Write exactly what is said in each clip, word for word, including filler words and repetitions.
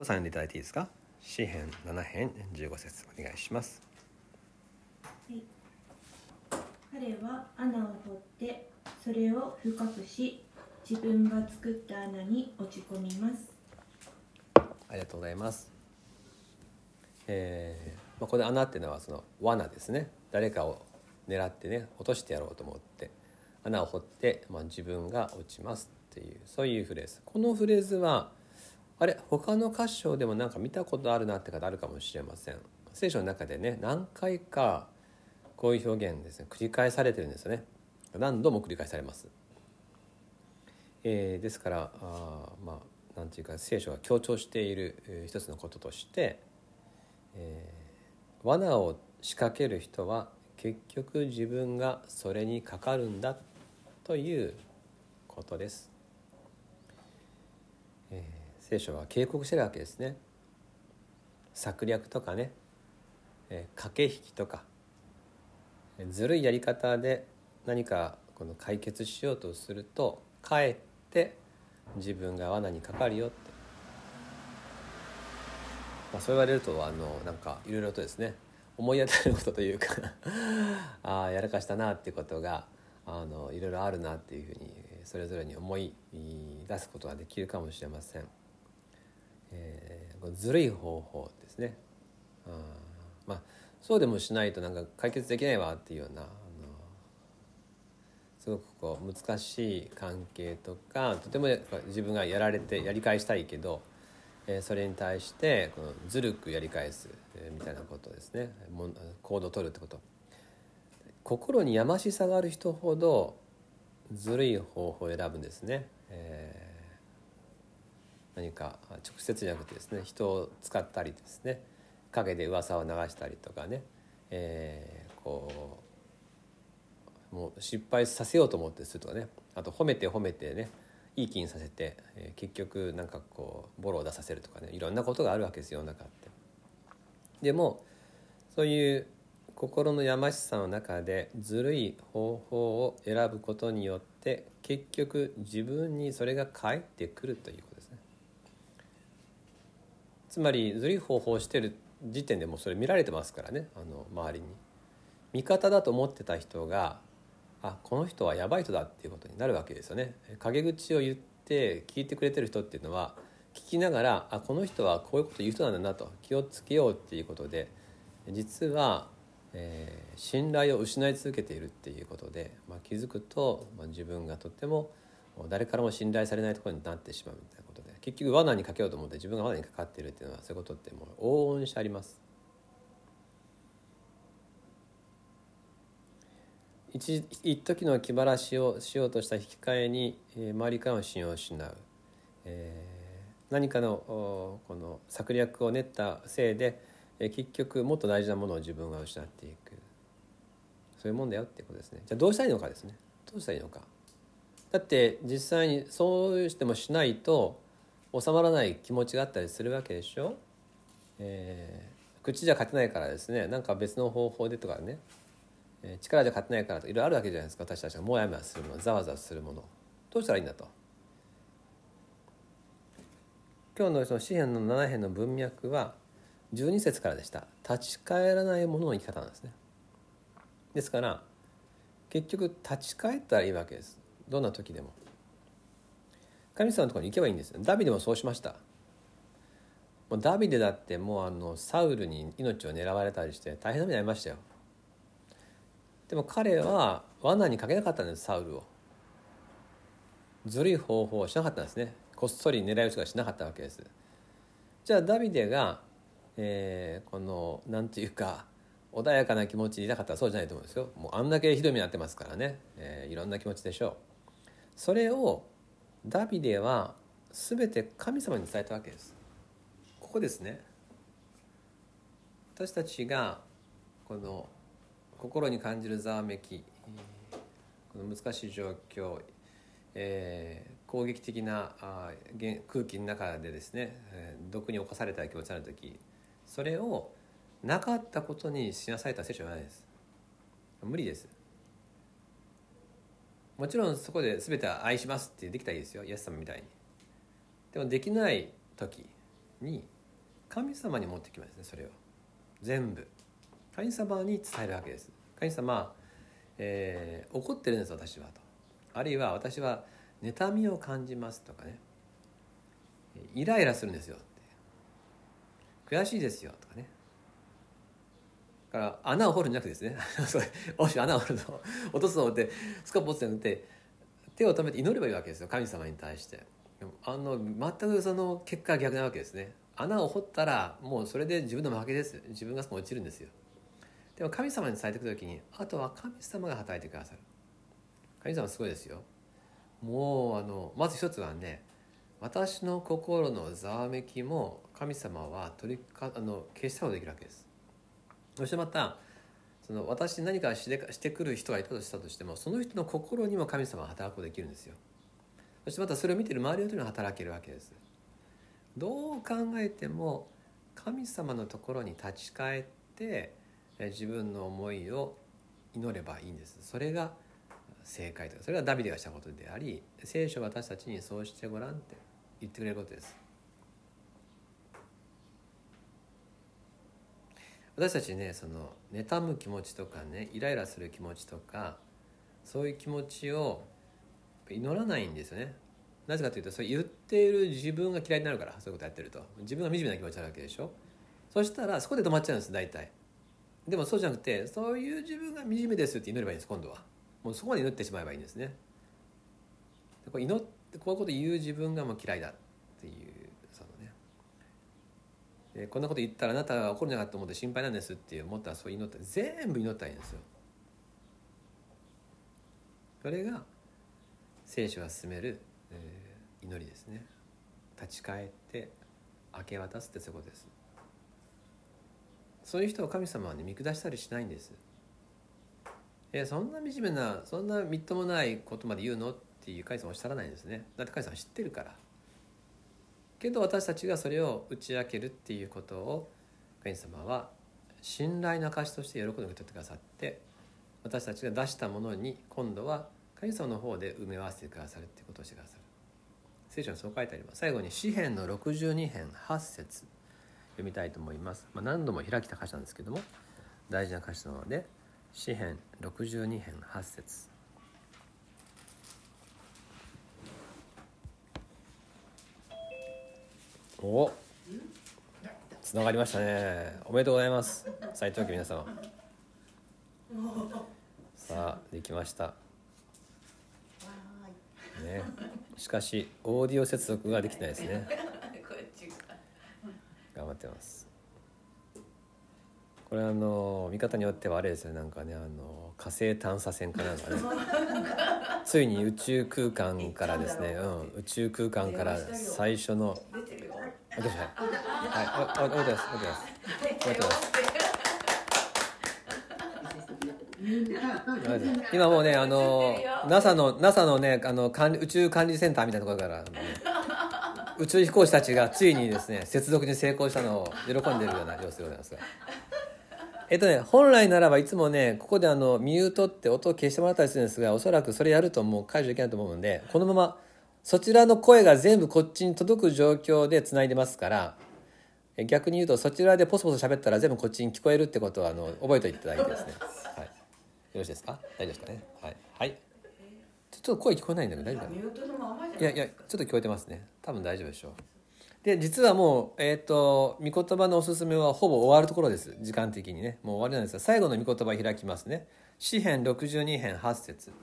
ごさん読んでいただいていいですか。詩編なな編じゅうご節お願いします。 はい、彼は穴を掘ってそれを深くし、自分が作った穴に落ち込みます。 ありがとうございます。えーまあ、この穴っていうのはその罠ですね。誰かを狙ってね落としてやろうと思って穴を掘って、まあ、自分が落ちますっていう、そういうフレーズ。このフレーズはあれ他の箇所でもなんか見たことあるなって方あるかもしれません。聖書の中でね何回かこういう表現ですね繰り返されてるんですよね。何度も繰り返されます。えー、ですからあまあなんていうか聖書が強調している、えー、一つのこととして、えー、罠を仕掛ける人は結局自分がそれにかかるんだということです。えー、聖書は警告してるわけですね。策略とかね、えー、駆け引きとかずるいやり方で何かこの解決しようとするとかえって自分が罠にかかるよって、まあ、そう言われるとあのなんかいろいろとですね思い当たることというかああやらかしたなっていうことがあのいろいろあるなっていうふうにそれぞれに思い出すことができるかもしれません。えー、ずるい方法ですね。あまあそうでもしないとなんか解決できないわっていうようなあのすごくこう難しい関係とかとても自分がやられてやり返したいけど、えー、それに対してこのずるくやり返す、えー、みたいなことですね。行動を取るってこと、心にやましさがある人ほどずるい方法を選ぶんですね。えー、何か直接じゃなくてですね人を使ったりですね陰で噂を流したりとかね、えー、こうもう失敗させようと思ってするとかね、あと褒めて褒めてねいい気にさせて、えー、結局なんかこうボロを出させるとかね、いろんなことがあるわけですよ世の中って。でもそういう心のやましさの中でずるい方法を選ぶことによって結局自分にそれが返ってくるということですね。つまりずるい方法をしている時点でもうそれ見られてますからね、あの周りに。味方だと思ってた人があこの人はやばい人だっていうことになるわけですよね。陰口を言って聞いてくれてる人っていうのは聞きながらあこの人はこういうこと言う人なんだなと気をつけようっていうことで実は、えー、信頼を失い続けているっていうことで、まあ、気づくと、まあ、自分がとっても誰からも信頼されないところになってしまうみたいなことで結局罠にかけようと思って自分が罠にかかっているっていうのはそういうことってもう往々にしてあります。一一時の気晴らしをしようとした引き換えに、えー、周りからの信用を失う、えー、何かのこの策略を練ったせいで、えー、結局もっと大事なものを自分が失っていく、そういうもんだよっていうことですね。じゃあどうしたらいいのかですね。どうしたらいいのか。だって実際にそうしてもしないと収まらない気持ちがあったりするわけでしょ。えー、口じゃ勝てないからですねなんか別の方法でとかね、力じゃ勝てないからといろいろあるわけじゃないですか。私たちがモヤモヤするもの、ざわざわするもの、どうしたらいいんだと。今日のその詩編のなな編の文脈はじゅうに節からでした。立ち返らないものの生き方なんですね。ですから結局立ち返ったらいいわけです。どんな時でも神様のところに行けばいいんです。ダビデもそうしました。もうダビデだってもうあのサウルに命を狙われたりして大変な目に遭いましたよ。でも彼は罠にかけなかったんです。サウルをずるい方法をしなかったんですね。こっそり狙い撃ちがしなかったわけです。じゃあダビデが、えー、このなんていうか穏やかな気持ちでいなかったらそうじゃないと思うんですよ。もうあんだけひどい目になってますからね、えー、いろんな気持ちでしょう。それをダビデは全て神様に伝えたわけです。ここですね。私たちがこの心に感じるざわめき、この難しい状況、えー、攻撃的なあ空気の中でですね、えー、毒に侵された気持ちになるとき、それをなかったことにしなさいとは聖書はないです。無理です。もちろんそこで全て愛しますってできたらいいですよ、イエス様みたいに。でもできない時に神様に持ってきますね。それを全部神様に伝えるわけです。神様、えー、怒ってるんです私はと、あるいは私は妬みを感じますとかね、イライラするんですよって、悔しいですよとかね。だから穴を掘るんじゃなくてですねそれおし穴を掘るの落とすのってスカポッて塗って手を止めて祈ればいいわけですよ、神様に対して。でもあの全くその結果は逆なわけですね。穴を掘ったらもうそれで自分の負けです。自分がそこ落ちるんですよ。でも神様に伝えていくときに、あとは神様が働いてくださる。神様すごいですよ。もうあのまず一つはね、私の心のざわめきも神様は取りかあの消したことができるわけです。そしてまたその私に何かしてしてくる人がいたとしたとしても、その人の心にも神様は働くことができるんですよ。そしてまたそれを見ている周りの人にも働けるわけです。どう考えても神様のところに立ち返って自分の思いを祈ればいいんです。それが正解とか、それがダビデがしたことであり、聖書は私たちにそうしてごらんって言ってくれることです。私たちね、その妬む気持ちとかね、イライラする気持ちとか、そういう気持ちを祈らないんですよね。なぜかというと、それ言っている自分が嫌いになるから。そういうことやってると自分が惨めな気持ちになるわけでしょ。そしたらそこで止まっちゃうんです大体。でもそうじゃなくて、そういう自分が惨めですって祈ればいいんです。今度はもうそこまで祈ってしまえばいいんですね。こう祈ってこういうこと言う自分がもう嫌いだっていう、そのね、でこんなこと言ったらあなたは怒るんじゃないかと思って心配なんですって思ったら、そう祈ったら全部祈ったらいいんですよ。それが聖書が進める、えー、祈りですね。立ち返って明け渡すってそういうことです。そういう人を神様はね、見下したりしないんです。えそんな惨めな、そんなみっともないことまで言うのっていう神様はおっしゃらないんですね。だって神様は知ってるから。けど私たちがそれを打ち明けるっていうことを神様は信頼の証として喜んで受け取ってくださって、私たちが出したものに今度は神様の方で埋め合わせてくださるっていうことをしてくださる。聖書にそう書いてあります。最後に詩編のろくじゅうに編はち節読みたいと思います。まあ、何度も開きた歌詞なんですけども大事な歌詞なので、詩編ろくじゅうに編はち節。お、つながりましたね。おめでとうございます、斉藤家皆様。さあできましたね。しかしオーディオ接続ができてないですね。頑張ってます。これあの見方によってはあれですよ、なんかね、あの火星探査船かなんかねついに宇宙空間からですね、うん、宇宙空間から最初のはいはいはい、置いてます置いてます置いてます。今もうね、あの NASA の NASA のね、あの管理宇宙管理センターみたいなところから、ね、宇宙飛行士たちがついにですね接続に成功したのを喜んでいるような様子でございますが、えっとね本来ならばいつもねここであのミュートって音を消してもらったりするんですが、おそらくそれやるともう解除できないと思うので、このままそちらの声が全部こっちに届く状況でつないでますから、逆に言うとそちらでポソポソ喋ったら全部こっちに聞こえるってことをあの覚えておいていただいてですね、はい、よろしいですか？大丈夫ですかね。はい、はい、ちょっと声聞こえないんだけど大丈夫かな。いやいやちょっと聞こえてますね。多分大丈夫でしょう。で実はもうえっ、ー、と御言葉のおすすめはほぼ終わるところです。時間的にねもう終わりなんですが、最後の御言葉開きますね。詩編ろくじゅうに編はち節。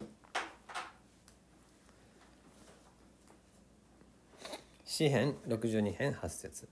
詩編ろくじゅうに編はち節。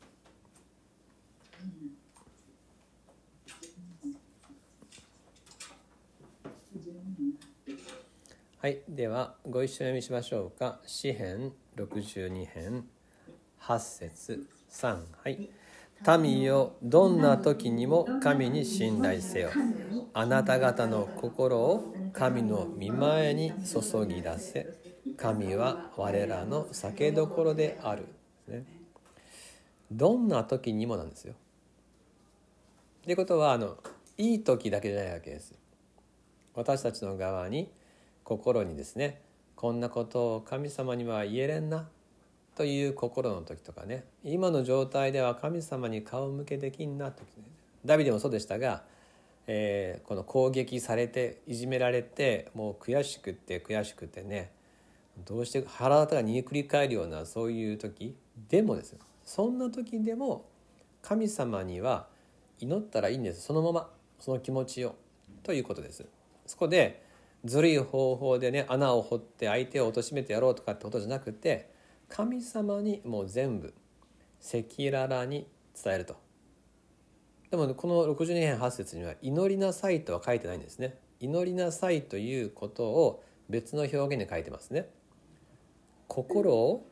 はい、ではご一緒に読みしましょうか。詩編ろくじゅうに編はち節さん、はい。民よ、どんな時にも神に信頼せよ。あなた方の心を神の御前に注ぎ出せ。神は我らの酒どころである、ね、どんな時にもなんですよ。ということはあのいい時だけじゃないわけです。私たちの側に心にですね、こんなことを神様には言えれんな、 という心の時とかね、今の状態では神様に顔向けできんなと、ね、ダビデもそうでしたが、えー、この攻撃されていじめられてもう悔しくて悔しくてね、どうして腹渡が煮えくり返るようなそういう時でもですよ、そんな時でも神様には祈ったらいいんです。そのままその気持ちをということです。そこでずるい方法でね、穴を掘って相手を貶めてやろうとかってことじゃなくて、神様にもう全部赤裸々に伝えると。でもこのろくじゅうにへんはち節には祈りなさいとは書いてないんですね。祈りなさいということを別の表現で書いてますね。心を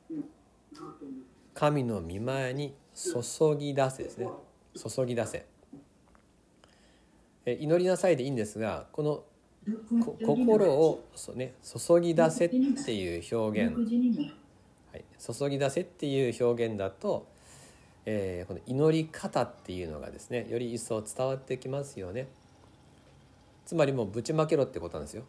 神の御前に注ぎ出せですね。注ぎ出せ。え祈りなさいでいいんですが、この心をそうね、注ぎ出せっていう表現、はい、注ぎ出せっていう表現だと、えー、この祈り方っていうのがですね、より一層伝わってきますよね。つまりもうぶちまけろってことなんですよ。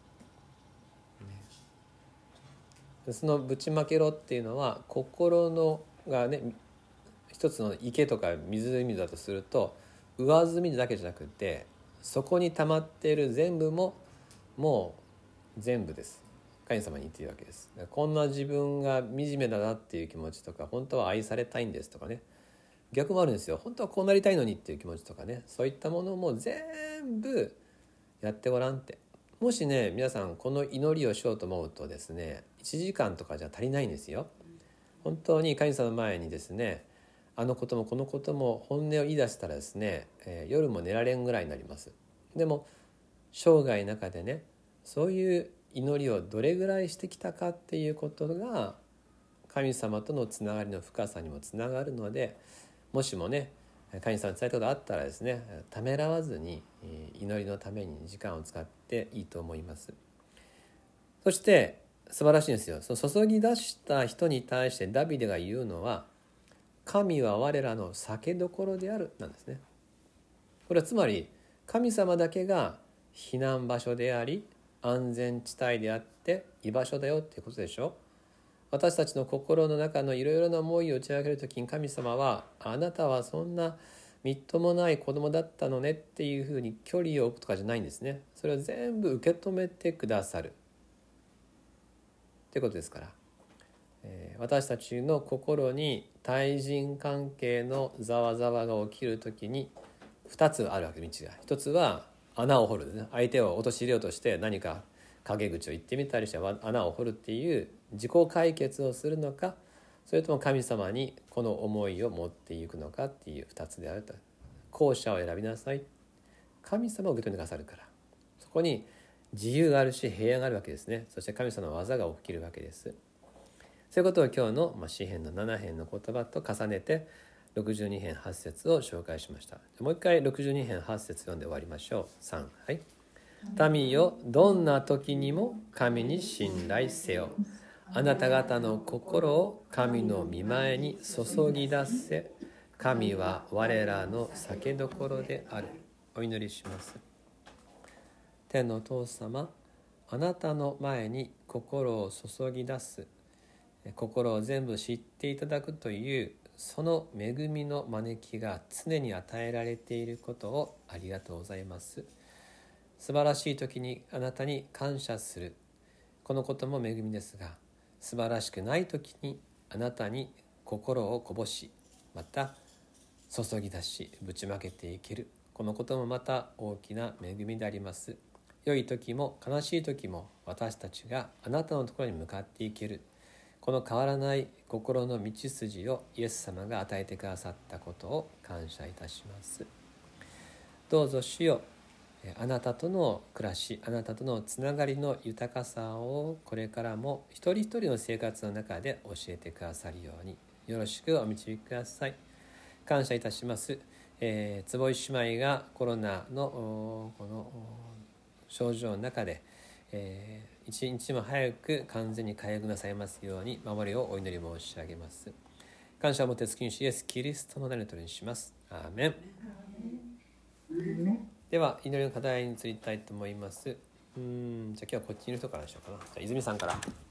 そのぶちまけろっていうのは、心のがね、一つの池とか湖だとすると、上澄みだけじゃなくて、そこに溜まっている全部ももう全部です。神様に言っているわけです。こんな自分が惨めだなっていう気持ちとか、本当は愛されたいんですとかね、逆もあるんですよ。本当はこうなりたいのにっていう気持ちとかね、そういったものも全部やってごらんって。もしね、皆さんこの祈りをしようと思うとですね、いちじかんとかじゃ足りないんですよ。本当に神様の前にですね、あのこともこのことも本音を言い出したらですね、えー、夜も寝られんぐらいになります。でも生涯の中でね、そういう祈りをどれぐらいしてきたかっていうことが神様とのつながりの深さにもつながるので、もしもね、神様に伝えたことあったらですね、ためらわずに祈りのために時間を使っていいと思います。そして素晴らしいんですよ。その注ぎ出した人に対してダビデが言うのは、神は我らの酒どころであるなんですね。これはつまり神様だけが避難場所であり安全地帯であって居場所だよっていうことでしょ。私たちの心の中のいろいろな思いを打ち明けるときに、神様はあなたはそんなみっともない子供だったのねっていうふうに距離を置くとかじゃないんですね。それを全部受け止めてくださるってことですから、えー、私たちの心に対人関係のざわざわが起きるときにふたつあるわけ、道が。ひとつは穴を掘るですね。相手を陥れようとして何か陰口を言ってみたりして穴を掘るっていう自己解決をするのか、それとも神様にこの思いを持っていくのかっていうふたつであると。後者を選びなさい。神様を受け止めてくださるから、そこに自由があるし平安があるわけですね。そして神様の技が起きるわけです。そういうことを今日の詩編のなな編の言葉と重ねてろくじゅうに編はち節を紹介しました。もう一回ろくじゅうに編はち節読んで終わりましょう。さん、はい。民よ、どんな時にも神に信頼せよ。あなた方の心を神の御前に注ぎ出せ。神は我らの酒どころである。お祈りします。天のお父様、あなたの前に心を注ぎ出す、心を全部知っていただくというその恵みの招きが常に与えられていることをありがとうございます。素晴らしい時にあなたに感謝する、このことも恵みですが、素晴らしくない時にあなたに心をこぼし、また注ぎ出しぶちまけていける、このこともまた大きな恵みであります。良い時も悲しい時も私たちがあなたのところに向かっていける、この変わらない心の道筋をイエス様が与えてくださったことを感謝いたします。どうぞ主よ、あなたとの暮らし、あなたとのつながりの豊かさをこれからも一人一人の生活の中で教えてくださるようによろしくお導きください。感謝いたします。えー、坪井姉妹がコロナのこの症状の中で、えー、一日も早く完全に回復なさいますように守りをお祈り申し上げます。感謝をもって救い主イエスキリストの名にお祈りします。アーメン。では祈りの課題に移りたいと思います。うーんじゃあ今日はこっちにいる人からでしょうかな。じゃあ泉さんから。